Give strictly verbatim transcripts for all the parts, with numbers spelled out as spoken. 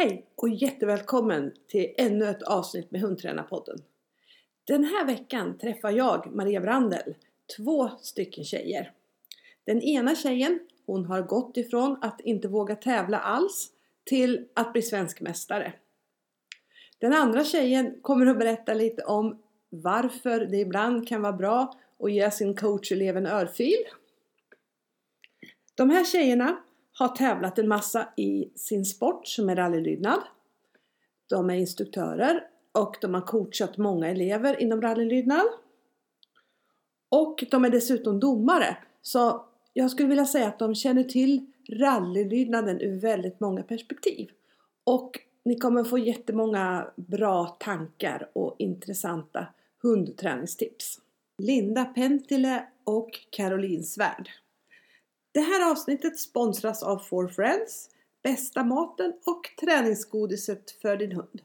Hej och jättevälkommen till ännu ett avsnitt med Hundtränarpodden. Den här veckan träffar jag, Maria Brandel, två stycken tjejer. Den ena tjejen, hon har gått ifrån att inte våga tävla alls till att bli svensk mästare. Den andra tjejen kommer att berätta lite om varför det ibland kan vara bra att ge sin coachelev en örfil. De här tjejerna har tävlat en massa i sin sport som är rallylydnad. De är instruktörer och de har coachat många elever inom rallylydnad. Och de är dessutom domare. Så jag skulle vilja säga att de känner till rallylydnaden ur väldigt många perspektiv. Och ni kommer få jättemånga bra tankar och intressanta hundträningstips. Linda Pentile och Caroline Svärd. Det här avsnittet sponsras av Four Friends, bästa maten och träningsgodiset för din hund.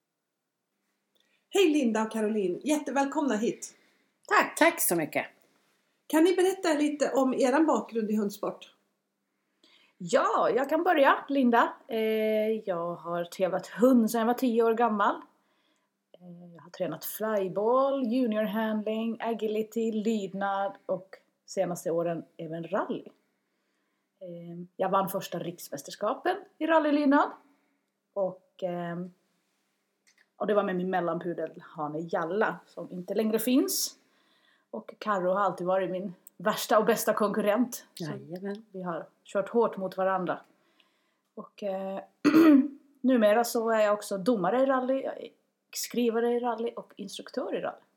Hej Linda och Caroline, jättevälkomna hit. Tack, tack så mycket. Kan ni berätta lite om er bakgrund i hundsport? Ja, jag kan börja, Linda. Jag har tävlat hund sedan jag var tio år gammal. Jag har tränat flyball, junior handling, agility, lydnad och senaste åren även rally. Jag vann första riksmästerskapen i rallylydnad. Och, och det var med min mellanpudel Hane Jalla som inte längre finns. Och Karo har alltid varit min värsta och bästa konkurrent. Jajamän. Vi har kört hårt mot varandra. Och eh, numera så är jag också domare i rally, skrivare i rally och instruktör i rally.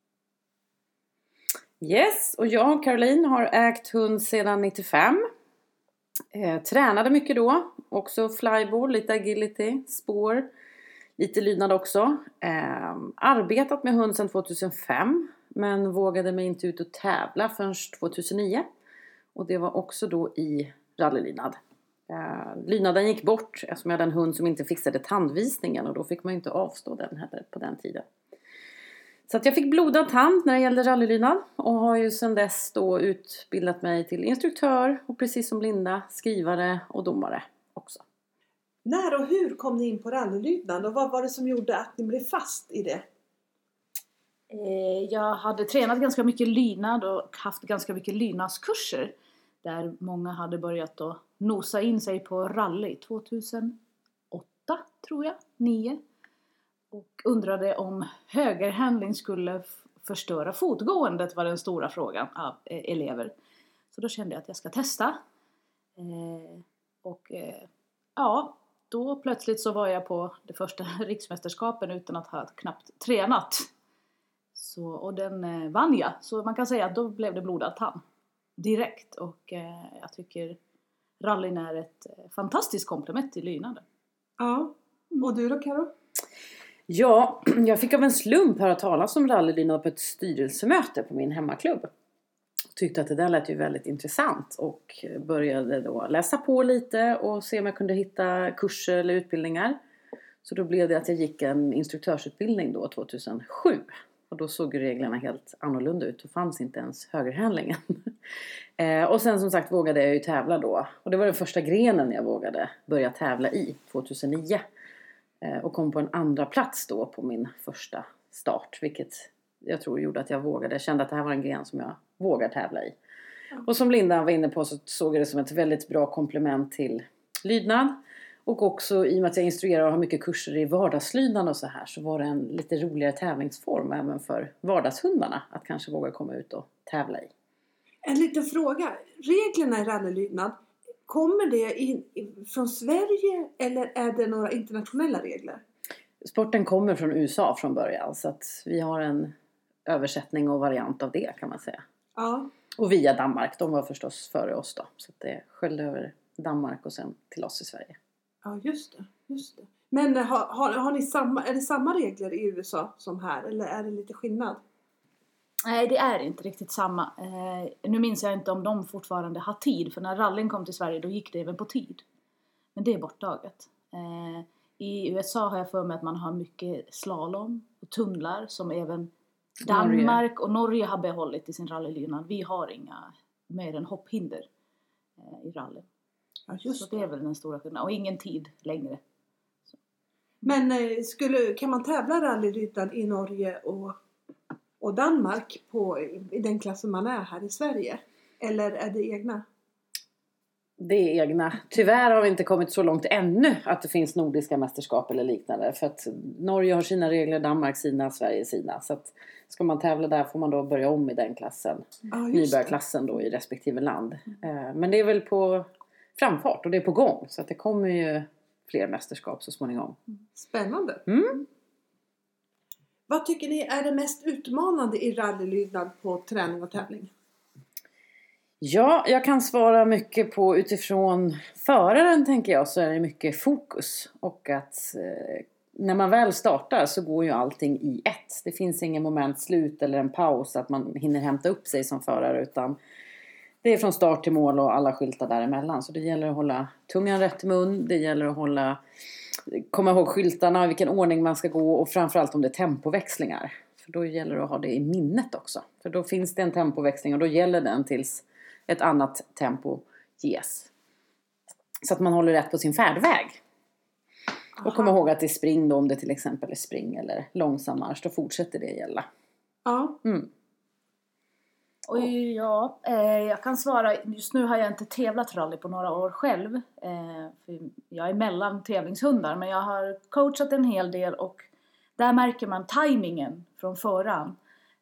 Yes, och jag och Caroline har ägt hund sedan nittiofem. Eh, tränade mycket då. Också flyball, lite agility, spår. Lite lydnad också. Eh, arbetat med hund sedan tvåtusenfem. Men vågade mig inte ut och tävla förrän tvåtusenio. Och det var också då i rallylydnad. Eh, lydnaden gick bort eftersom jag hade en hund som inte fixade tandvisningen. Och då fick man inte avstå den heller på den tiden. Så att jag fick blodad tand när det gällde rallylydnad. Och har ju sedan dess då utbildat mig till instruktör. Och precis som Linda, skrivare och domare också. När och hur kom ni in på rallylydnad? Och vad var det som gjorde att ni blev fast i det? Jag hade tränat ganska mycket lydnad och haft ganska mycket lydnadskurser. Där många hade börjat att nosa in sig på rally tvåtusenåtta tror jag, nio. Och undrade om högerhandling skulle förstöra fotgåendet var den stora frågan av elever. Så då kände jag att jag ska testa. Och ja, då plötsligt så var jag på det första riksmästerskapen utan att ha knappt tränat. Så, och den eh, vann jag. Så man kan säga att då blev det blodad tand. Direkt. Och eh, jag tycker rallyn är ett eh, fantastiskt komplement till lydnaden. Ja. Och du då, Karo? Ja, jag fick av en slump höra talas om rallylydnad på ett styrelsemöte på min hemmaklubb. Tyckte att det där lät ju väldigt intressant. Och började då läsa på lite och se om jag kunde hitta kurser eller utbildningar. Så då blev det att jag gick en instruktörsutbildning då tvåtusensju. Och då såg reglerna helt annorlunda ut. Då fanns inte ens högerhandlingen. eh, och sen som sagt vågade jag ju tävla då. Och det var den första grenen jag vågade börja tävla i tvåtusenio. Eh, och kom på en andra plats då på min första start. Vilket jag tror gjorde att jag vågade. Jag kände att det här var en gren som jag vågar tävla i. Mm. Och som Linda var inne på så såg jag det som ett väldigt bra komplement till lydnad. Och också i och med att jag instruerar och har mycket kurser i vardagslydnad och så här. Så var det en lite roligare tävlingsform även för vardagshundarna. Att kanske våga komma ut och tävla i. En liten fråga. Reglerna i rallylydnad. Kommer det in från Sverige eller är det några internationella regler? Sporten kommer från U S A från början. Så att vi har en översättning och variant av det kan man säga. Ja. Och via Danmark. De var förstås före oss då. Så att det sköljde över Danmark och sen till oss i Sverige. Ja, just det, just det. Men har, har, har ni samma, är det samma regler i U S A som här? Eller är det lite skillnad? Nej, det är inte riktigt samma. Eh, nu minns jag inte om de fortfarande har tid. För när rallyn kom till Sverige, då gick det även på tid. Men det är borttaget. Eh, I U S A har jag för mig att man har mycket slalom och tunnlar. Som även Danmark Norge. och Norge har behållit i sin rallylydnad. Vi har inga mer än hopphinder eh, i rally. Ja, just så det är väl den stora skillnaden. Och ingen tid längre. Så. Men eh, skulle, kan man tävla rallylydnad i Norge och, och Danmark på, i den klassen man är här i Sverige? Eller är det egna? Det är egna. Tyvärr har vi inte kommit så långt ännu att det finns nordiska mästerskap eller liknande. För att Norge har sina regler, Danmark sina, Sverige sina. Så att ska man tävla där får man då börja om i den klassen. Ja, just nybörjarklassen då i respektive land. Men det är väl på framfart och det är på gång. Så att det kommer ju fler mästerskap så småningom. Spännande. Mm. Vad tycker ni är det mest utmanande i rallylydnad på träning och tävling? Ja, jag kan svara mycket på utifrån föraren tänker jag, så är det mycket fokus. Och att eh, när man väl startar så går ju allting i ett. Det finns ingen moment slut eller en paus att man hinner hämta upp sig som förare, utan det är från start till mål och alla skyltar däremellan. Så det gäller att hålla tungan rätt i mun, det gäller att hålla, komma ihåg skyltarna, i vilken ordning man ska gå och framförallt om det är tempoväxlingar. För då gäller det att ha det i minnet också. För då finns det en tempoväxling och då gäller den tills ett annat tempo ges. Så att man håller rätt på sin färdväg. Aha. Och kom ihåg att det är spring då, om det till exempel är spring eller långsam marsch, då fortsätter det gälla. Ja. Mm. Och ja, eh, jag kan svara, just nu har jag inte tävlat rally på några år själv. Eh, för jag är mellan tävlingshundar, men jag har coachat en hel del och där märker man tajmingen från föraren.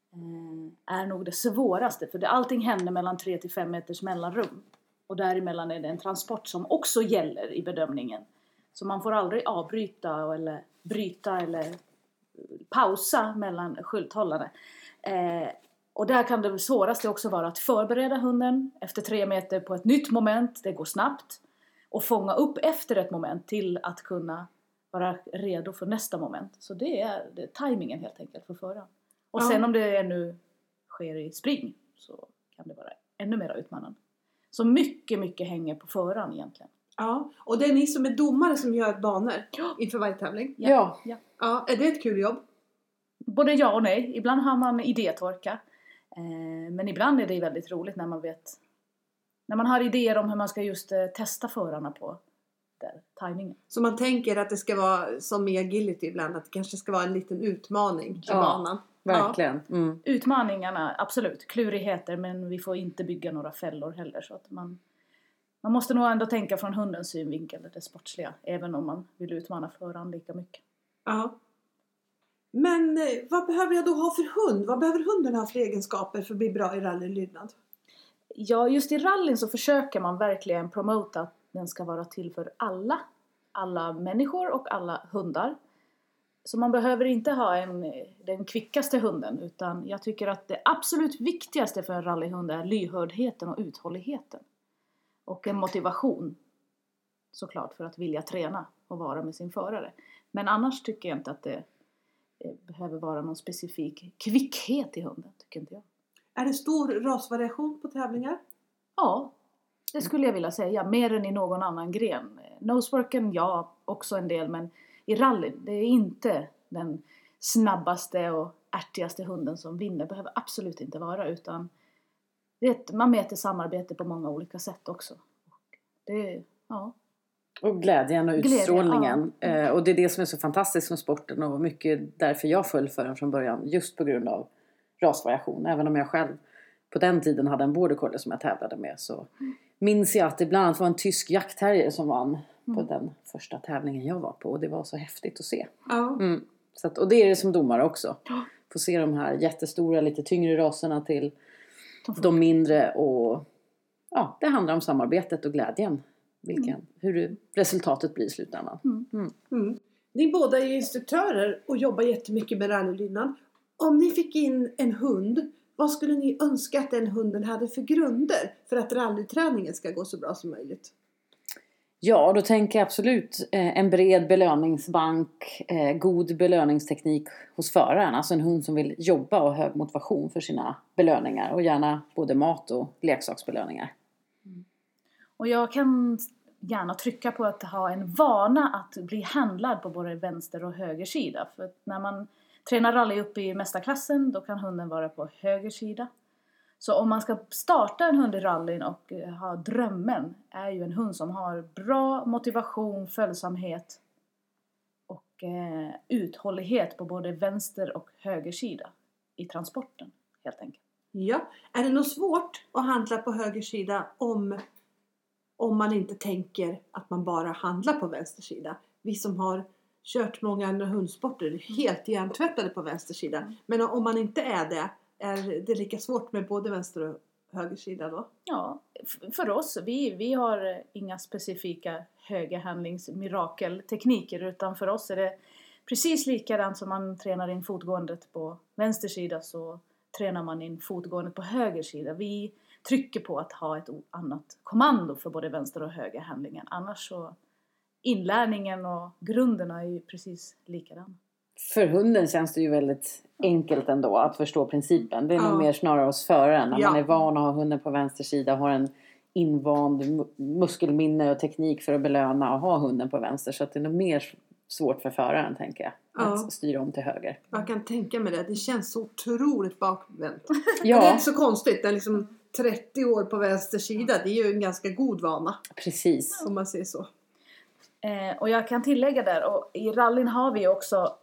Är nog det svåraste, för det, allting händer mellan tre till fem meters mellanrum och däremellan är det en transport som också gäller i bedömningen, så man får aldrig avbryta eller bryta eller pausa mellan skylthållarna. eh, och där kan det svåraste också vara att förbereda hunden efter tre meter på ett nytt moment, det går snabbt, och fånga upp efter ett moment till att kunna vara redo för nästa moment. Så det är, det är tajmingen helt enkelt för föraren. Och sen Ja. om det nu sker i spring så kan det vara ännu mer utmanande. Så mycket, mycket hänger på föraren egentligen. Ja, och det är ni som är domare som gör banor inför varje tävling? Ja. Ja. ja. Ja, är det ett kul jobb? Både ja och nej. Ibland har man idétorka. Eh, men ibland är det väldigt roligt när man vet, när man har idéer om hur man ska just eh, testa förarna på där, tajmingen. Så man tänker att det ska vara som med agility ibland, att det kanske ska vara en liten utmaning i Ja. banan. Verkligen. Mm. Utmaningarna, absolut. Klurigheter, men vi får inte bygga några fällor heller. Så att man, man måste nog ändå tänka från hundens synvinkel, det sportsliga. Även om man vill utmana föraren lika mycket. Ja. Men eh, vad behöver jag då ha för hund? Vad behöver hunden ha för egenskaper för att bli bra i rallylydnad? Ja, just i rallyn så försöker man verkligen promota att den ska vara till för alla. Alla människor och alla hundar. Så man behöver inte ha en, den kvickaste hunden, utan jag tycker att det absolut viktigaste för en rallyhund är lyhördheten och uthålligheten. Och en motivation, såklart, för att vilja träna och vara med sin förare. Men annars tycker jag inte att det behöver vara någon specifik kvickhet i hunden, tycker inte jag. Är det stor rasvariation på tävlingar? Ja, det skulle jag vilja säga. Mer än i någon annan gren. Noseworken, ja, också en del, men i rally, det är inte den snabbaste och ärtigaste hunden som vinner. Behöver absolut inte vara, utan det är ett, man mäter samarbete på många olika sätt också. Det, ja. Och glädjen och utstrålningen. Glädje, ja. eh, och det är det som är så fantastiskt med sporten och mycket därför jag föll för den från början. Just på grund av rasvariation. Även om jag själv på den tiden hade en border collie som jag tävlade med, så mm. minns jag att det bland annat var en tysk jaktterrier som vann på mm. den första tävlingen jag var på. Och det var så häftigt att se. Ja. Mm. Så att, och det är det som domare också. Få se de här jättestora, lite tyngre raserna till de mindre. Och ja, det handlar om samarbetet och glädjen. Vilken, mm. hur resultatet blir i slutändan. Mm. Mm. Mm. Ni båda är instruktörer och jobbar jättemycket med rallylydnad. Om ni fick in en hund, vad skulle ni önska att den hunden hade för grunder för att rallyträningen ska gå så bra som möjligt? Ja, då tänker jag absolut eh, en bred belöningsbank, eh, god belöningsteknik hos föraren. Alltså en hund som vill jobba och ha hög motivation för sina belöningar. Och gärna både mat och leksaksbelöningar. Mm. Och jag kan gärna trycka på att ha en vana att bli handlad på både vänster och höger sida. För att när man tränar rally upp i mästarklassen, då kan hunden vara på höger sida. Så om man ska starta en hund i rallyn och ha drömmen, är ju en hund som har bra motivation, följsamhet och eh, uthållighet på både vänster och högersida i transporten helt enkelt. Ja, är det något svårt att handla på högersida om, om man inte tänker att man bara handlar på vänstersida? Vi som har kört många andra hundsporter är helt hjärntvättade på vänstersida. Mm. Men om man inte är det, är det lika svårt med både vänster och högersida då? Ja, för oss, vi, vi har inga specifika högerhandlingsmirakeltekniker, utan för oss är det precis likadant som man tränar in fotgåendet på vänster sida, så tränar man in fotgåendet på höger sida. Vi trycker på att ha ett annat kommando för både vänster och högerhandlingen. Annars så inlärningen och grunderna är ju precis likadan. För hunden känns det ju väldigt enkelt ändå att förstå principen. Det är ja. nog mer snarare hos föraren. När ja. man är van att ha hunden på vänster sida, har en invand muskelminne och teknik för att belöna och ha hunden på vänster. Så att det är nog mer svårt för föraren, tänker jag, ja. att styra om till höger. Jag kan tänka mig det. Det känns så otroligt bakvänt. Ja. Det är inte så konstigt. Det är liksom trettio år på vänster sida. Det är ju en ganska god vana. Precis. Om man säger så. Eh, och jag kan tillägga där, och i rallyn har vi också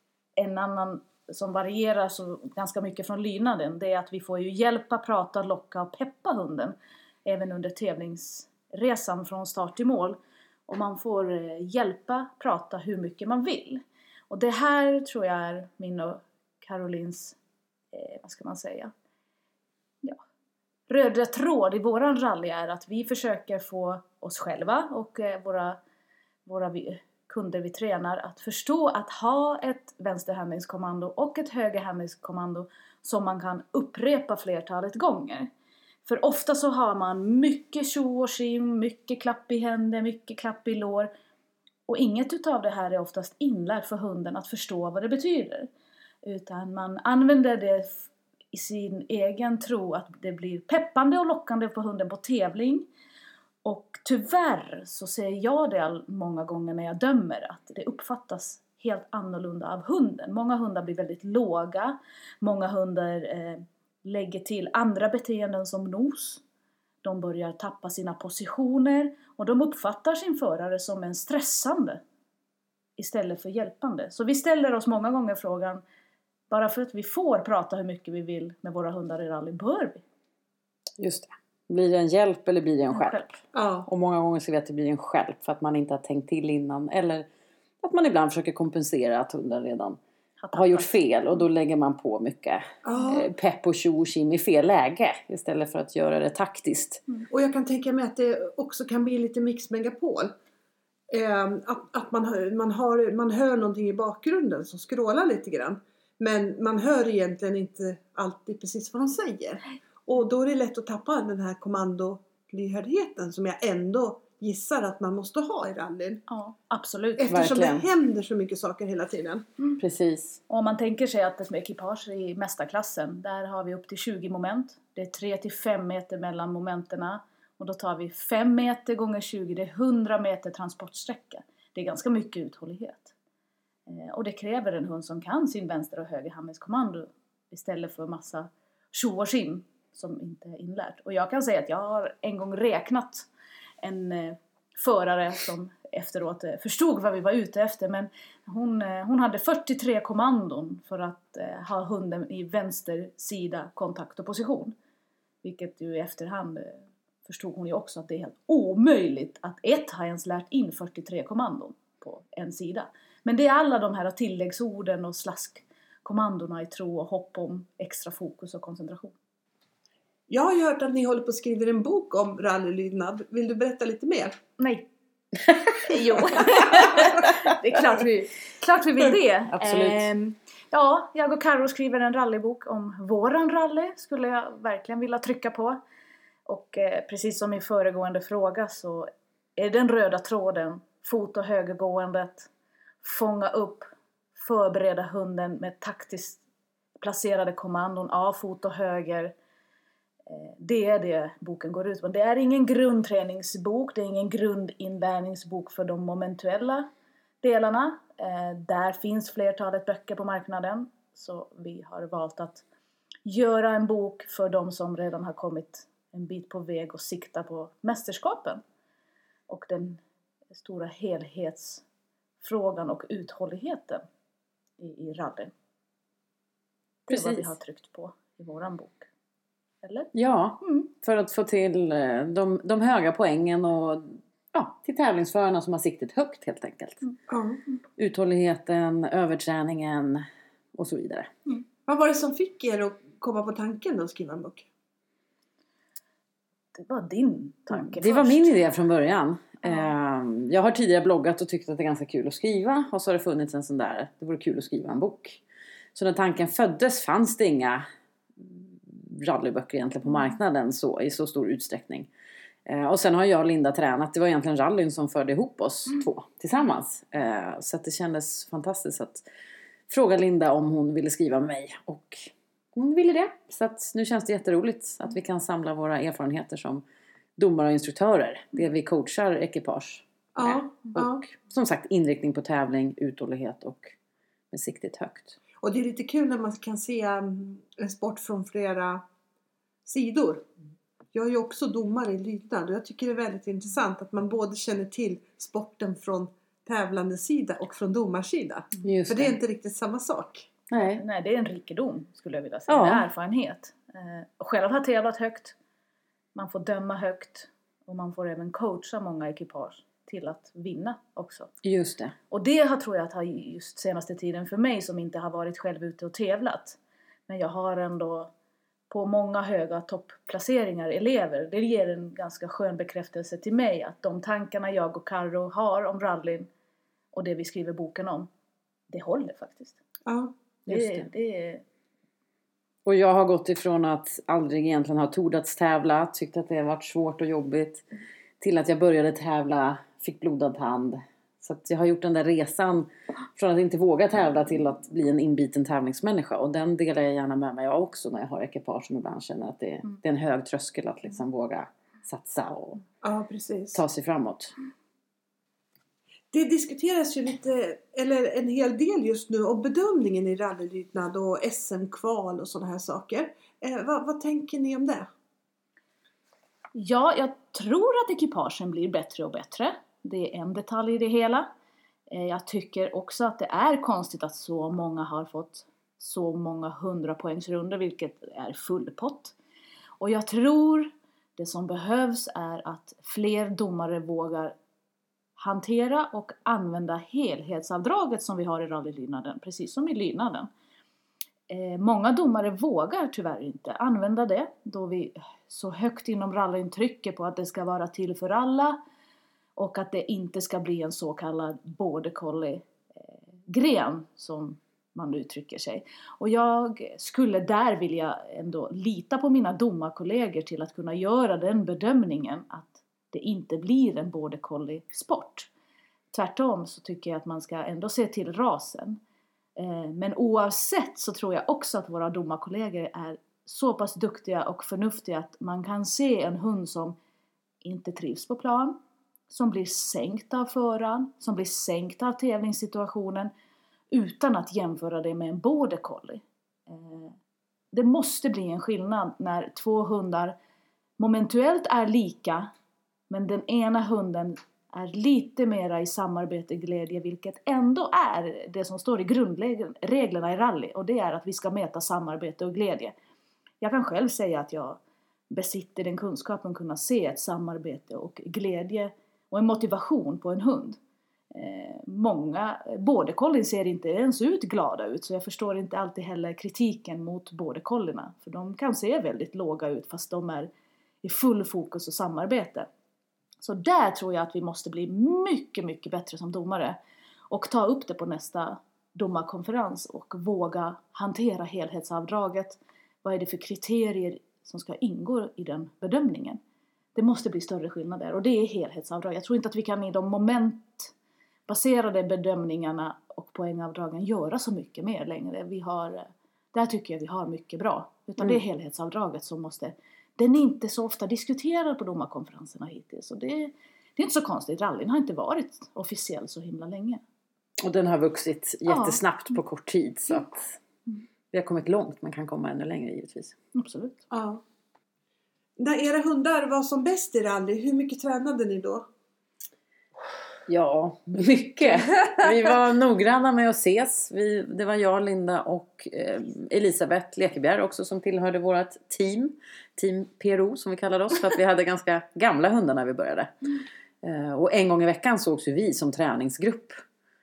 en annan som varierar så ganska mycket från lydnaden. Det är att vi får ju hjälpa, prata, locka och peppa hunden även under tävlingsresan från start till mål. Och man får hjälpa, prata hur mycket man vill. Och det här tror jag är min och Carolines, eh, vad ska man säga, ja, röda tråd i våran rally är att vi försöker få oss själva och eh, våra, våra vi, kunder vi tränar att förstå att ha ett vänsterhandlingskommando och ett högerhandlingskommando som man kan upprepa flertalet gånger. För ofta så har man mycket tjo och tjim, mycket klapp i händer, mycket klapp i lår. Och inget utav det här är oftast inlärt för hunden att förstå vad det betyder. Utan man använder det i sin egen tro att det blir peppande och lockande på hunden på tävling. Och tyvärr så ser jag det många gånger när jag dömer att det uppfattas helt annorlunda av hunden. Många hundar blir väldigt låga. Många hundar eh, lägger till andra beteenden som nos. De börjar tappa sina positioner och de uppfattar sin förare som en stressande istället för hjälpande. Så vi ställer oss många gånger frågan, bara för att vi får prata hur mycket vi vill med våra hundar i rally, bör vi? Just det. Blir det en hjälp eller blir det en stjälp? Ja. Och många gånger ser vi att det blir en stjälp för att man inte har tänkt till innan. Eller att man ibland försöker kompensera att hunden redan har, har gjort fel. Och då lägger man på mycket Ja. eh, pepp och tjo och tjim i fel läge. Istället för att göra det taktiskt. Mm. Och jag kan tänka mig att det också kan bli lite mixmegapol. Eh, att att man, hör, man, har, man hör någonting i bakgrunden som skrålar lite grann. Men man hör egentligen inte alltid precis vad de säger. Och då är det lätt att tappa den här kommandolyhördheten som jag ändå gissar att man måste ha i rallyn. Ja, absolut. Eftersom Verkligen. det händer så mycket saker hela tiden. Mm. Precis. Och om man tänker sig att ett ekipage i mästarklassen, där har vi upp till tjugo moment. Det är tre till fem meter mellan momenterna. Och då tar vi fem meter gånger tjugo, det är hundra meter transportsträcka. Det är ganska mycket uthållighet. Eh, och det kräver en hund som kan sin vänster- och högerhandlingskommando istället för massa tjo och tjim som inte är inlärt. Och jag kan säga att jag har en gång räknat en eh, förare som efteråt eh, förstod vad vi var ute efter. Men hon, eh, hon hade fyrtiotre kommandon för att eh, ha hunden i vänster sida kontakt och position. Vilket ju i efterhand eh, förstod hon ju också att det är helt omöjligt att ett har ens lärt in fyrtiotre kommandon på en sida. Men det är alla de här tilläggsorden och slaskkommandona i tro och hopp om extra fokus och koncentration. Jag har ju hört att ni håller på att skriva en bok om rallylydnad. Vill du berätta lite mer? Nej. Jo. Det är klart vi, klart vi vill det. Absolut. Eh, ja, jag och Karo skriver en rallybok om våran rally. Skulle jag verkligen vilja trycka på. Och eh, precis som i föregående fråga så är den röda tråden fot- och högergåendet. Fånga upp, förbereda hunden med taktiskt placerade kommandon av fot och höger. Det är det boken går ut på. Det är ingen grundträningsbok. Det är ingen grundinlärningsbok för de momentuella delarna. Där finns flertalet böcker på marknaden. Så vi har valt att göra en bok för de som redan har kommit en bit på väg och sikta på mästerskapen. Och den stora helhets frågan och uthålligheten i, i rallyn. Det är Precis. vad vi har tryckt på i våran bok. Eller? Ja, Mm. för att få till eh, de, de höga poängen och ja, till tävlingsförarna som har siktet högt helt enkelt. Mm. Ja. Uthålligheten, överträningen och så vidare. Mm. Vad var det som fick er att komma på tanken då att skriva en bok? Det var din tanke Det var först. min idé från början. Ja. Eh, Jag har tidigare bloggat och tyckt att det är ganska kul att skriva. Och så har det funnits en sån där, det vore kul att skriva en bok. Så när tanken föddes fanns det inga rallyböcker egentligen på marknaden så, i så stor utsträckning. Eh, och sen har jag och Linda tränat. Det var egentligen rallyn som förde ihop oss Mm. två tillsammans. Eh, så att det kändes fantastiskt att fråga Linda om hon ville skriva med mig. Och hon ville det. Så att nu känns det jätteroligt att vi kan samla våra erfarenheter som domare och instruktörer. Det vi coachar ekipage. Ja, ja. Och som sagt inriktning på tävling, uthållighet och med siktet högt. Och det är lite kul när man kan se mm, en sport från flera sidor. Jag är ju också domare i lydnad och jag tycker det är väldigt intressant att man både känner till sporten från tävlande sida och från domarsida. Just För det är inte riktigt samma sak. Nej. Nej, det är en rikedom skulle jag vilja säga. Ja. Det är erfarenhet. Eh, och själv har tävlat högt. Man får döma högt. Och man får även coacha många ekipage till att vinna också. Just det. Och det har, tror jag att har just senaste tiden för mig som inte har varit själv ute och tävlat. Men jag har ändå på många höga toppplaceringar elever. Det ger en ganska skön bekräftelse till mig att de tankarna jag och Karo har om rallyn och det vi skriver boken om, det håller faktiskt. Ja. Det, Just det. det är... Och jag har gått ifrån att aldrig egentligen ha tordats tävla. Tyckt att det har varit svårt och jobbigt. Till att jag började tävla. Fick blodad hand. Så att jag har gjort den där resan. Från att inte våga tävla till att bli en inbiten tävlingsmänniska. Och den delar jag gärna med mig också när jag har ekipage som ibland känner att det, Mm. det är en hög tröskel att liksom våga satsa och Ja, precis. ta sig framåt. Det diskuteras ju lite, eller en hel del just nu om bedömningen i rallylydnad och S M-kval och sådana här saker. Eh, vad, vad tänker ni om det? Ja, jag tror att ekipagen blir bättre och bättre. Det är en detalj i det hela. Eh, Jag tycker också att det är konstigt att så många har fått så många hundrapoängsrunder, vilket är full pott. Och jag tror det som behövs är att fler domare vågar hantera och använda helhetsavdraget som vi har i rallylydnaden, precis som i lydnaden. Eh, många domare vågar tyvärr inte använda det, då vi så högt inom rallyn trycker på att det ska vara till för alla och att det inte ska bli en så kallad border collie eh, gren som man uttrycker sig. Och jag skulle där vilja ändå lita på mina domarkollegor till att kunna göra den bedömningen att det inte blir en border collie sport. Tvärtom så tycker jag att man ska ändå se till rasen. Men oavsett så tror jag också att våra domarkollegor är så pass duktiga och förnuftiga att man kan se en hund som inte trivs på plan, som blir sänkt av föraren, som blir sänkt av tävlingssituationen utan att jämföra det med en border collie. Det måste bli en skillnad när två hundar momentuellt är lika, men den ena hunden är lite mera i samarbete och glädje, vilket ändå är det som står i grundreglerna i rally, och det är att vi ska mäta samarbete och glädje. Jag kan själv säga att jag besitter den kunskapen, kunna se ett samarbete och glädje och en motivation på en hund. Eh, många border collie ser inte ens ut glada ut, så jag förstår inte alltid heller kritiken mot border collierna, för de kan se väldigt låga ut fast de är i full fokus och samarbete. Så där tror jag att vi måste bli mycket, mycket bättre som domare. Och ta upp det på nästa domarkonferens och våga hantera helhetsavdraget. Vad är det för kriterier som ska ingå i den bedömningen? Det måste bli större skillnad där. Och det är helhetsavdrag. Jag tror inte att vi kan i de momentbaserade bedömningarna och poängavdragen göra så mycket mer längre. Vi har, där tycker jag vi har mycket bra. Utan mm. det är helhetsavdraget som måste... Den är inte så ofta diskuterad på domarkonferenserna hittills. Och det, det är inte så konstigt. Rallyn har inte varit officiell så himla länge. Och den har vuxit jättesnabbt ja. på kort tid. Så att vi har kommit långt. Man kan komma ännu längre givetvis. Absolut. Ja. När era hundar var som bäst i rally, hur mycket tränade ni då? Ja, mycket. Vi var noggranna med att ses. Vi, det var jag, Linda och eh, Elisabeth Lekebjer också som tillhörde vårt team. Team P R O som vi kallade oss för att vi hade ganska gamla hundar när vi började. Eh, och en gång i veckan sågs ju vi som träningsgrupp.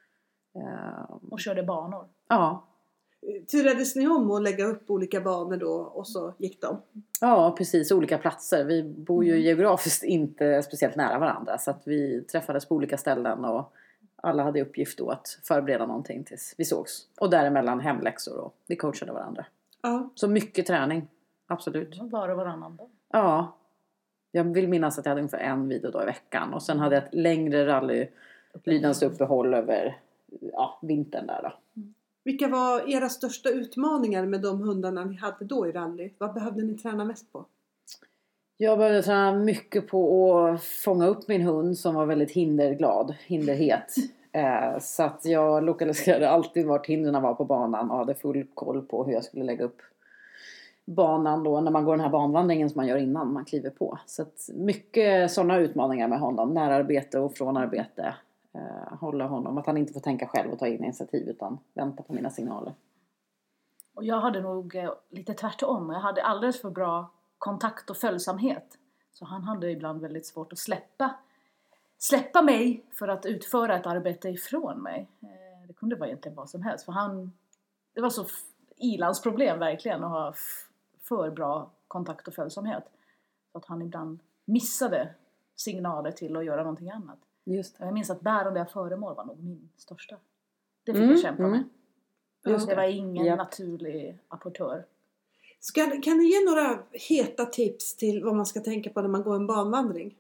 Eh, Och körde banor. Ja. Turades ni om att lägga upp olika banor då och så gick de? Ja, precis. Olika platser. Vi bor ju geografiskt inte speciellt nära varandra. Så att vi träffades på olika ställen och alla hade uppgift då att förbereda någonting tills vi sågs. Och däremellan hemläxor och vi coachade varandra. Ja. Så mycket träning. Absolut. Var och varannan dag. Ja. Jag vill minnas att jag hade ungefär en vilodag i veckan. Och sen hade jag ett längre rallylydnadsuppehåll över ja, vintern där då. Mm. Vilka var era största utmaningar med de hundarna ni hade då i rally? Vad behövde ni träna mest på? Jag behövde träna mycket på att fånga upp min hund som var väldigt hinderglad, hinderhet. Eh, så att jag lokaliserade alltid vart hindren var på banan och hade full koll på hur jag skulle lägga upp banan då när man går den här banvandringen som man gör innan man kliver på. Så att mycket sådana utmaningar med honom, närarbete och frånarbete. Eh, hålla honom, att han inte får tänka själv och ta in initiativ utan vänta på mina signaler. Och jag hade nog eh, lite tvärtom. Jag hade alldeles för bra kontakt och följsamhet. Så han hade ibland väldigt svårt att släppa släppa mig för att utföra ett arbete ifrån mig. Eh, det kunde vara egentligen vad som helst. För han, det var så f- ilandsproblem verkligen att ha f- för bra kontakt och följsamhet. Så att han ibland missade signaler till att göra någonting annat. Just det. Jag minns att bärande föremål var nog min största. Det fick mm, jag kämpa mm. med. Just det. det var ingen yep. naturlig apportör. Ska, kan ni ge några heta tips till vad man ska tänka på när man går en banvandring?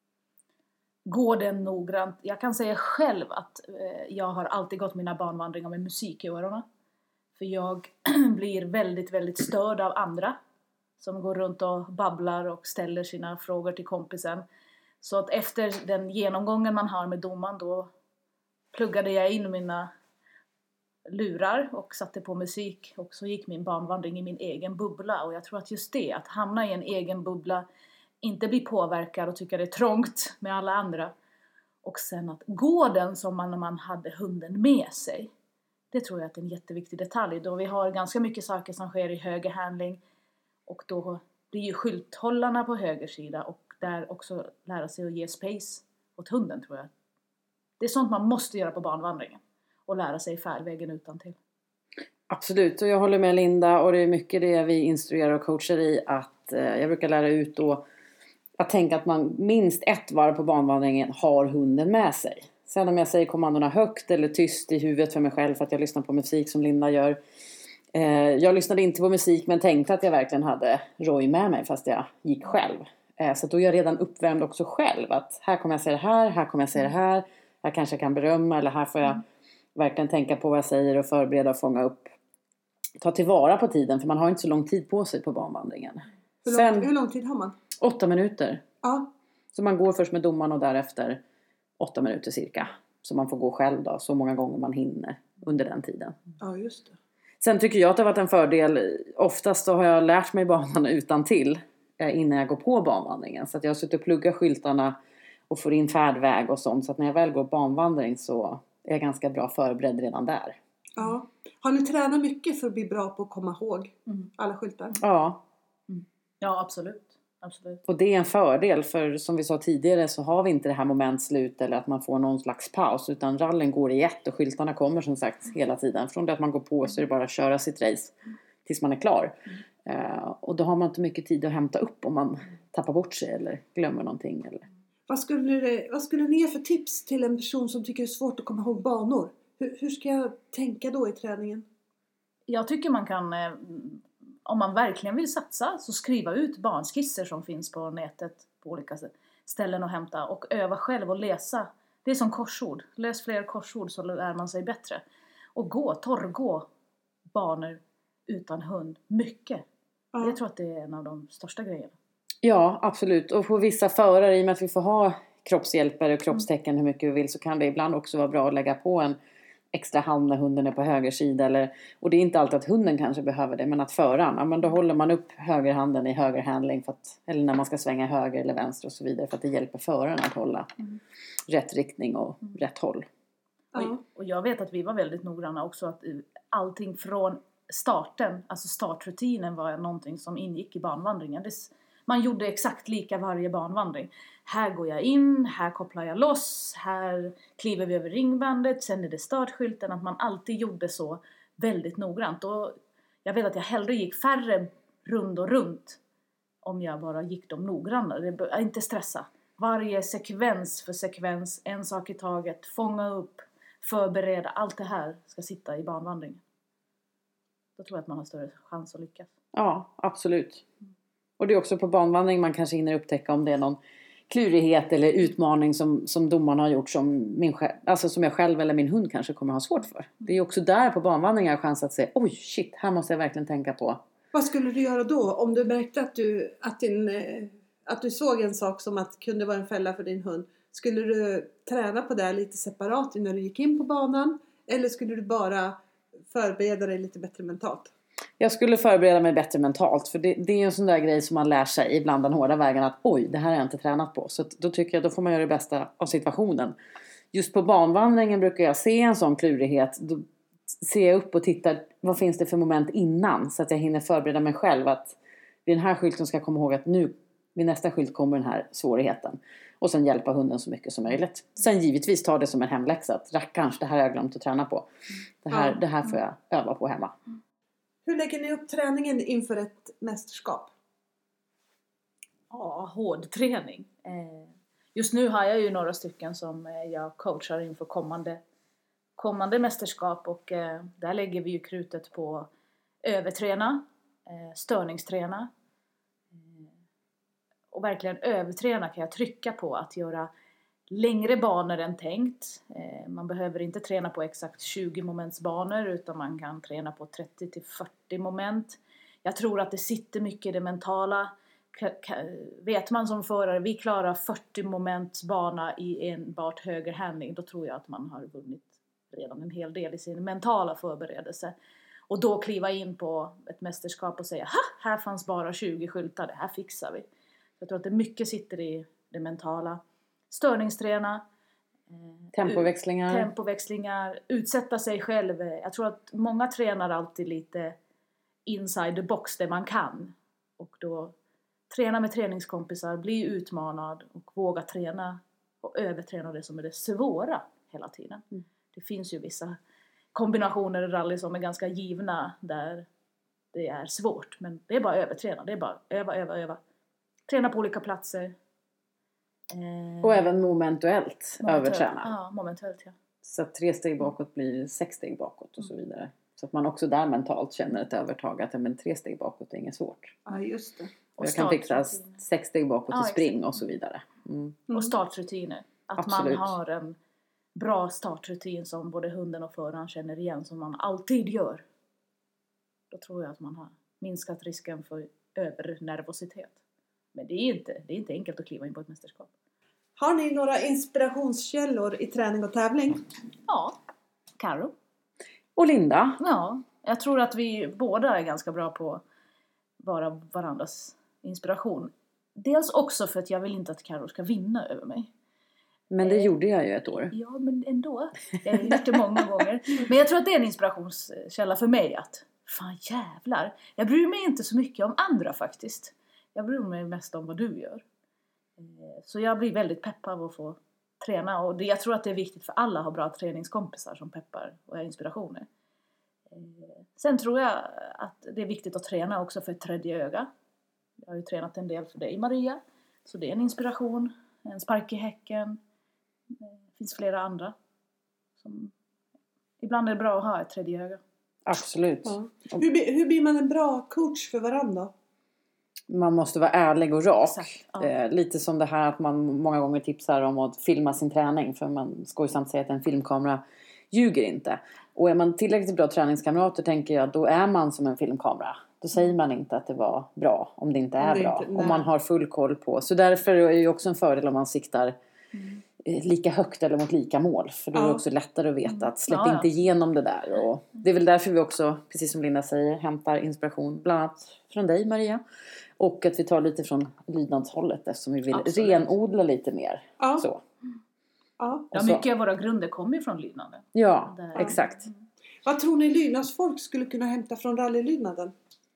Går den noggrant? Jag kan säga själv att eh, jag har alltid gått mina banvandringar med musik i öronen. För jag blir väldigt, väldigt störd av andra. Som går runt och babblar och ställer sina frågor till kompisen. Så att efter den genomgången man har med domaren då pluggade jag in mina lurar och satte på musik. Och så gick min banvandring i min egen bubbla. Och jag tror att just det, att hamna i en egen bubbla, inte bli påverkad och tycka det är trångt med alla andra. Och sen att gå den som man när man hade hunden med sig. Det tror jag är en jätteviktig detalj. Då vi har ganska mycket saker som sker i höger handling. Och då blir ju skylthållarna på höger sida. Och där också lära sig att ge space åt hunden tror jag. Det är sånt man måste göra på banvandringen. Och lära sig färdvägen utantill. Absolut, och jag håller med Linda. Och det är mycket det vi instruerar och coachar i. Att eh, jag brukar lära ut då. Att tänka att man minst ett varv på banvandringen har hunden med sig. Sen om jag säger kommandona högt eller tyst i huvudet för mig själv. För att jag lyssnar på musik som Linda gör. Eh, jag lyssnade inte på musik men tänkte att jag verkligen hade Roy med mig fast jag gick själv. Eh, så då är jag redan uppvärmd också själv. Att här kommer jag säga det här, här kommer jag säga det här. Här kanske jag kan berömma eller här får jag verkligen tänka på vad jag säger och förbereda och fånga upp. Ta tillvara på tiden för man har inte så lång tid på sig på banvandringen. Hur lång, Sen, hur lång tid har man? Åtta minuter. Ja. Så man går först med domaren och därefter åtta minuter cirka. Så man får gå själv då, så många gånger man hinner under den tiden. Ja, just det. Sen tycker jag att det har varit en fördel. Oftast då har jag lärt mig banan utan till innan jag går på banvandringen. Så att jag har suttit och pluggat skyltarna och får in färdväg och sånt. Så att när jag väl går banvandring så är jag ganska bra förberedd redan där. Ja. Har ni tränat mycket för att bli bra på att komma ihåg mm. alla skyltar? Ja. Mm. Ja, absolut. absolut. Och det är en fördel för som vi sa tidigare så har vi inte det här momentslut eller att man får någon slags paus. Utan rallen går i ett och skyltarna kommer som sagt hela tiden. Från det att man går på så är det bara att köra sitt race tills man är klar. Mm. Uh, och då har man inte mycket tid att hämta upp om man tappar bort sig eller glömmer någonting. Eller... Vad, skulle det, vad skulle ni ge för tips till en person som tycker det är svårt att komma ihåg banor? Hur, hur ska jag tänka då i träningen? Jag tycker man kan, eh, om man verkligen vill satsa, så skriva ut banskisser som finns på nätet på olika ställen och hämta. Och öva själv och läsa. Det är som korsord. Läs fler korsord så lär man sig bättre. Och gå, torrgå banor utan hund. Mycket. Ja. Jag tror att det är en av de största grejerna. Ja, absolut. Och på vissa förare, i och med att vi får ha kroppshjälpare och kroppstecken hur mycket vi vill, så kan det ibland också vara bra att lägga på en extra hand när hunden är på höger sida. Eller, och det är inte alltid att hunden kanske behöver det, men att föraren, ja, men då håller man upp högerhanden i höger handling. För att, eller när man ska svänga höger eller vänster och så vidare. För att det hjälper föraren att hålla mm. rätt riktning och mm. rätt håll. Och, och jag vet att vi var väldigt noggranna också att allting från starten, alltså startrutinen var någonting som ingick i banvandringen. Det, man gjorde exakt lika varje banvandring. Här går jag in, här kopplar jag loss, här kliver vi över ringbandet, sen är det startskylten. Att man alltid gjorde så väldigt noggrant. Och jag vet att jag hellre gick färre rund och runt om jag bara gick dem noggrannare. Inte stressa. Varje sekvens för sekvens, en sak i taget, fånga upp, förbereda. Allt det här ska sitta i banvandringen. Då tror jag att man har större chans att lyckas. Ja, absolut. Och det är också på banvandring man kanske hinner upptäcka om det är någon klurighet eller utmaning som, som domaren har gjort som, min, alltså som jag själv eller min hund kanske kommer ha svårt för. Det är också där på banvandring jag har chans att säga, oj shit, här måste jag verkligen tänka på. Vad skulle du göra då om du märkte att du, att din, att du såg en sak som att kunde vara en fälla för din hund? Skulle du träna på det lite separat när du gick in på banan? Eller skulle du bara förbereda dig lite bättre mentalt? Jag skulle förbereda mig bättre mentalt. För det, det är en sån där grej som man lär sig ibland den hårda vägen. Att oj, det här har jag inte tränat på. Så då tycker jag då får man göra det bästa av situationen. Just på banvandringen brukar jag se en sån klurighet. Då ser jag upp och tittar. Vad finns det för moment innan? Så att jag hinner förbereda mig själv. Att vid den här skylten ska jag komma ihåg att nu vid nästa skylt kommer den här svårigheten. Och sen hjälpa hunden så mycket som möjligt. Sen givetvis ta det som en hemläxa. Att rackarns, det här har jag glömt att träna på. Det här, det här får jag öva på hemma. Hur lägger ni upp träningen inför ett mästerskap? Ja, hård träning. Just nu har jag ju några stycken som jag coachar inför kommande, kommande mästerskap. Och där lägger vi ju krutet på överträna, störningsträna. Och verkligen överträna kan jag trycka på att göra längre banor än tänkt. Man behöver inte träna på exakt tjugo moments banor utan man kan träna på trettio till fyrtio moment. Jag tror att det sitter mycket i det mentala. Vet man som förare, vi klarar fyrtio moments bana i enbart högerhandling, då tror jag att man har vunnit redan en hel del i sin mentala förberedelse. Och då kliva in på ett mästerskap och säga, ha, här fanns bara tjugo skyltar, det här fixar vi. Jag tror att det mycket sitter i det mentala. Störningsträna. Tempoväxlingar. Tempoväxlingar. Utsätta sig själv. Jag tror att många tränar alltid lite inside the box där man kan. Och då träna med träningskompisar. Bli utmanad. Och våga träna. Och överträna det som är det svåra hela tiden. Mm. Det finns ju vissa kombinationer i rally som är ganska givna. Där det är svårt. Men det är bara överträna. Det är bara öva, öva, öva. Träna på olika platser. Eh, och även momentuellt, momentuellt överträna. Ja, momentuellt, ja. Så att tre steg bakåt blir sex steg bakåt och så vidare. Så att man också där mentalt känner ett övertag. Att men tre steg bakåt är inget svårt. Ja, just det. Och jag kan fixa sex steg bakåt ja, i spring och så vidare. Mm. Och startrutiner. Att Absolut. Man har en bra startrutin som både hunden och föraren känner igen. Som man alltid gör. Då tror jag att man har minskat risken för övernervositet. Men det är inte, det är inte enkelt att kliva in på ett mästerskap. Har ni några inspirationskällor i träning och tävling? Ja, Karo. Och Linda. Ja, jag tror att vi båda är ganska bra på att vara varandras inspiration. Dels också för att jag vill inte att Karo ska vinna över mig. Men det eh, gjorde jag ju ett år. Ja, men ändå. Jag har gjort det många gånger. Men jag tror att det är en inspirationskälla för mig att fan jävlar. Jag bryr mig inte så mycket om andra faktiskt. Jag bryr mig mest om vad du gör. Så jag blir väldigt peppad av att få träna. Och det, jag tror att det är viktigt för alla att ha bra träningskompisar som peppar och är inspirationer. Sen tror jag att det är viktigt att träna också för ett tredje öga. Jag har ju tränat en del för dig, Maria. Så det är en inspiration. En spark i häcken. Det finns flera andra. Som... Ibland är det bra att ha ett tredje öga. Absolut. Ja. Hur, hur blir man en bra coach för varandra? Man måste vara ärlig och rak. Exakt, ja. eh, lite som det här att man många gånger tipsar om att filma sin träning. För man ska ju samt säga att en filmkamera ljuger inte. Och är man tillräckligt bra träningskamrater tänker jag, då är man som en filmkamera. Då säger man inte att det var bra om det inte är det bra. Inte, om man har full koll på. Så därför är det ju också en fördel om man siktar mm. lika högt eller mot lika mål. För då är det Ja. också lättare att veta att släpp Ja, ja. inte igenom det där. Och det är väl därför vi också, precis som Linda säger, hämtar inspiration bland annat från dig, Maria. Och att vi tar lite från lydnadshållet eftersom vi vill Absolut. renodla lite mer. Ja. Så. Ja. Ja, Och så- mycket av våra grunder kommer ju från lydnaden. Ja, Där- exakt. Vad tror ni lydnadsfolk skulle kunna hämta från rallylydnaden?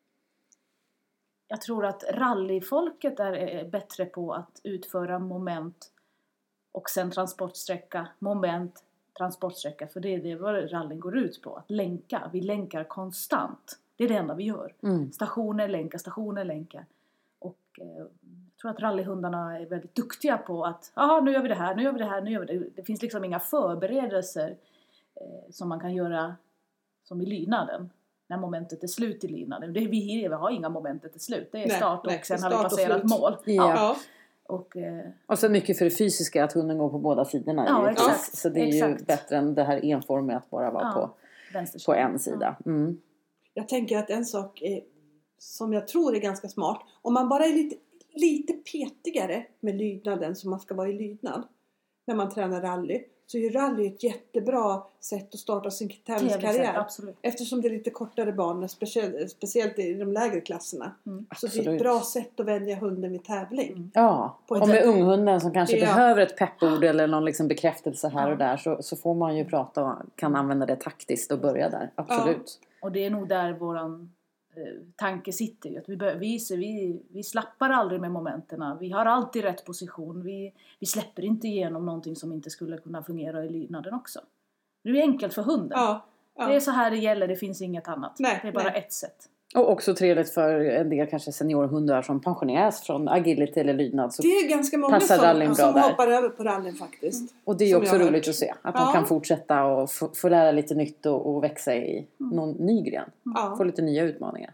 Jag tror att rallyfolket är är bättre på att utföra moment och sen transportsträcka, moment, transportsträcka. För det är det vad rallyn går ut på, att länka. Vi länkar konstant. Det är det enda vi gör. Mm. Stationer länkar, stationer länkar. Och eh, jag tror att rallyhundarna är väldigt duktiga på att ja, nu gör vi det här, nu gör vi det här, nu gör vi det. Det finns liksom inga förberedelser eh, som man kan göra som i lydnaden. När momentet är slut i lydnaden. Det är vi, vi har inga momentet är slut. Det är Nej, start och nej, sen har start vi och passerat slut. mål. Ja. Ja. Och, eh, Och så mycket för det fysiska, att hunden går på båda sidorna. Ja, givetvis. exakt, Så det är ju exakt. bättre än det här enformiga att bara vara Ja, på, vänstersidan. på en sida. Mm. Jag tänker att en sak är, som jag tror är ganska smart. Om man bara är lite, lite petigare med lydnaden som man ska vara i lydnad. När man tränar rally. Så är ju rally ett jättebra sätt att starta sin tävlingskarriär. Tävlingssätt, absolut. Eftersom det är lite kortare banor. Speciellt, speciellt i de lägre klasserna. Mm. Så det är ett Absolut. bra sätt att välja hunden vid tävling. Mm. Ja, På ett och med sätt. unghunden som kanske Ja. behöver ett peppord eller någon liksom bekräftelse här Ja. och där. Så, så får man ju prata och kan använda det taktiskt och börja där. Absolut. Och det är nog där våran eh, tanke sitter ju. Att vi, bör, vi, vi, vi slappar aldrig med momenterna. Vi har alltid rätt position. Vi, vi släpper inte igenom någonting som inte skulle kunna fungera i lydnaden också. Det är enkelt för hunden. Ja, ja. Det är så här det gäller, det finns inget annat. Nej, det är bara nej. ett sätt. Och också trevligt för en del kanske seniorhundar som pensioneras från agility eller lydnad. Så, Det är ganska många Passar rallyn som, bra som där. hoppar över på rallyn faktiskt. och det är som ju också jag har roligt hört. att se. Att Ja. de kan fortsätta och få, få lära lite nytt och, och växa i någon ny gren. Ja. Få lite nya utmaningar.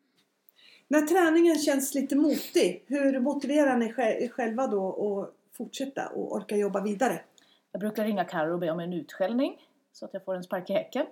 När träningen känns lite motig, hur motiverar ni er själva då att fortsätta och orka jobba vidare? Jag brukar ringa Karo och be om en utskällning. Så att jag får en spark i häcken.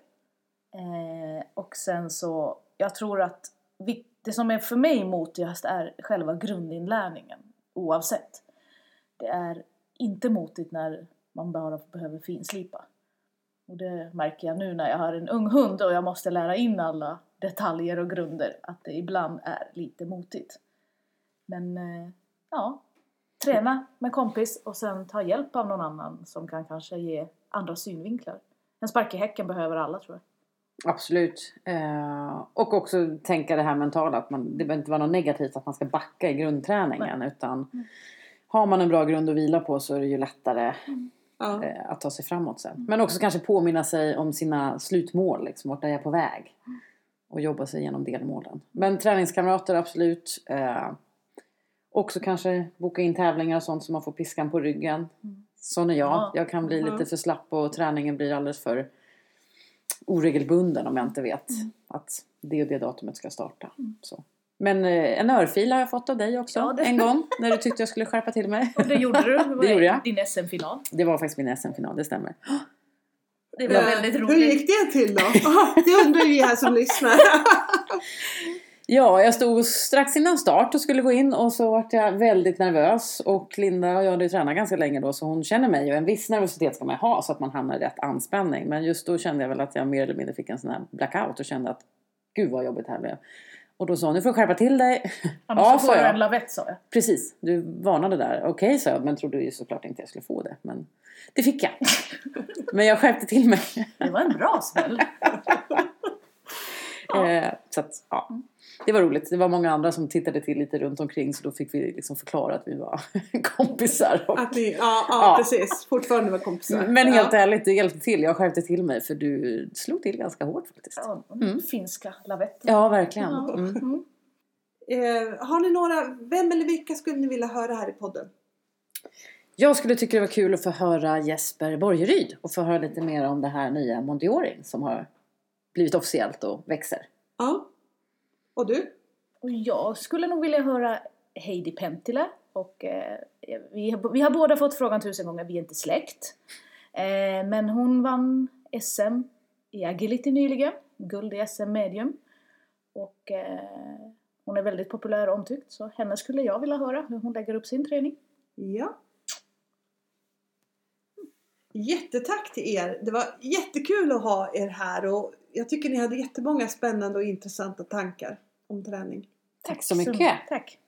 Eh, och sen så, jag tror att vi, det som är för mig motigast är själva grundinlärningen. Oavsett. Det är inte motigt när man bara behöver finslipa. Och det märker jag nu när jag har en ung hund och jag måste lära in alla detaljer och grunder. Att det ibland är lite motigt. Men eh, ja, träna med kompis och sen ta hjälp av någon annan som kan kanske ge andra synvinklar. En spark i häcken behöver alla, tror jag. Absolut. Eh, och också tänka det här mentala. Att man, det behöver inte vara något negativt att man ska backa i grundträningen. Utan Mm. har man en bra grund att vila på så är det ju lättare Ja. eh, att ta sig framåt sen. Men också kanske påminna sig om sina slutmål. Liksom, vart är jag på väg. Och jobba sig igenom delmålen. Men träningskamrater, absolut. Eh, också kanske boka in tävlingar och sånt som man får piskan på ryggen. Mm. Sån är jag. Ja. Jag kan bli Mm. lite för slapp och träningen blir alldeles för oregelbunden om jag inte vet Mm. att det och det datumet ska starta. Så. Men eh, en örfil har jag fått av dig också Ja, det- en gång när du tyckte jag skulle skärpa till mig. Och det gjorde du. Det gjorde jag. Din S M-final. Det var faktiskt min S M-final, det stämmer. Det var Eh, väldigt Hur roligt. gick det till då? Aha, det undrar vi här som lyssnar. Ja, jag stod strax innan start och skulle gå in och så var jag väldigt nervös. Och Linda och jag hade ju tränat ganska länge då så hon känner mig och en viss nervositet ska man ha så att man hamnar i rätt anspänning. Men just då kände jag väl att jag mer eller mindre fick en sån här blackout och kände att gud vad jobbigt här blev. Och då sa hon, nu får du skärpa till dig. Annars Ja, så sa får du en jag. lavett, sa jag. Precis, du varnade där. Okej, sa jag, men trodde ju såklart inte jag skulle få det. Men det fick jag. Men jag skärpte till mig. Det var en bra smäll. Ja. Eh, så att, ja. Det var roligt. Det var många andra som tittade till lite runt omkring. Så då fick vi liksom förklara att vi var kompisar. Och, Att ni, ja, ja, Ja. precis. Fortfarande var kompisar. men helt ja. ärligt, det hjälpte till. Jag skärpte till mig för du slog till ganska hårt faktiskt. Ja, Mm. finska lavetten. Ja, verkligen. Ja. Mm. Mm. Eh, har ni några, vem eller vilka skulle ni vilja höra här i podden? Jag skulle tycka det var kul att få höra Jesper Borgeryd. Och få höra lite mer om det här nya Mondioring som har blivit officiellt och växer. Ja. Och du? Och jag skulle nog vilja höra Heidi Pentila. Och eh, vi, vi har båda fått frågan tusen gånger, vi är inte släkt. Eh, men hon vann S M i agility nyligen. Guld i S M medium. Och eh, hon är väldigt populär och omtyckt. Så henne skulle jag vilja höra hur hon lägger upp sin träning. Ja. Jättetack till er. Det var jättekul att ha er här. Och jag tycker ni hade jättemånga spännande och intressanta tankar om träning. Tack så mycket. Tack.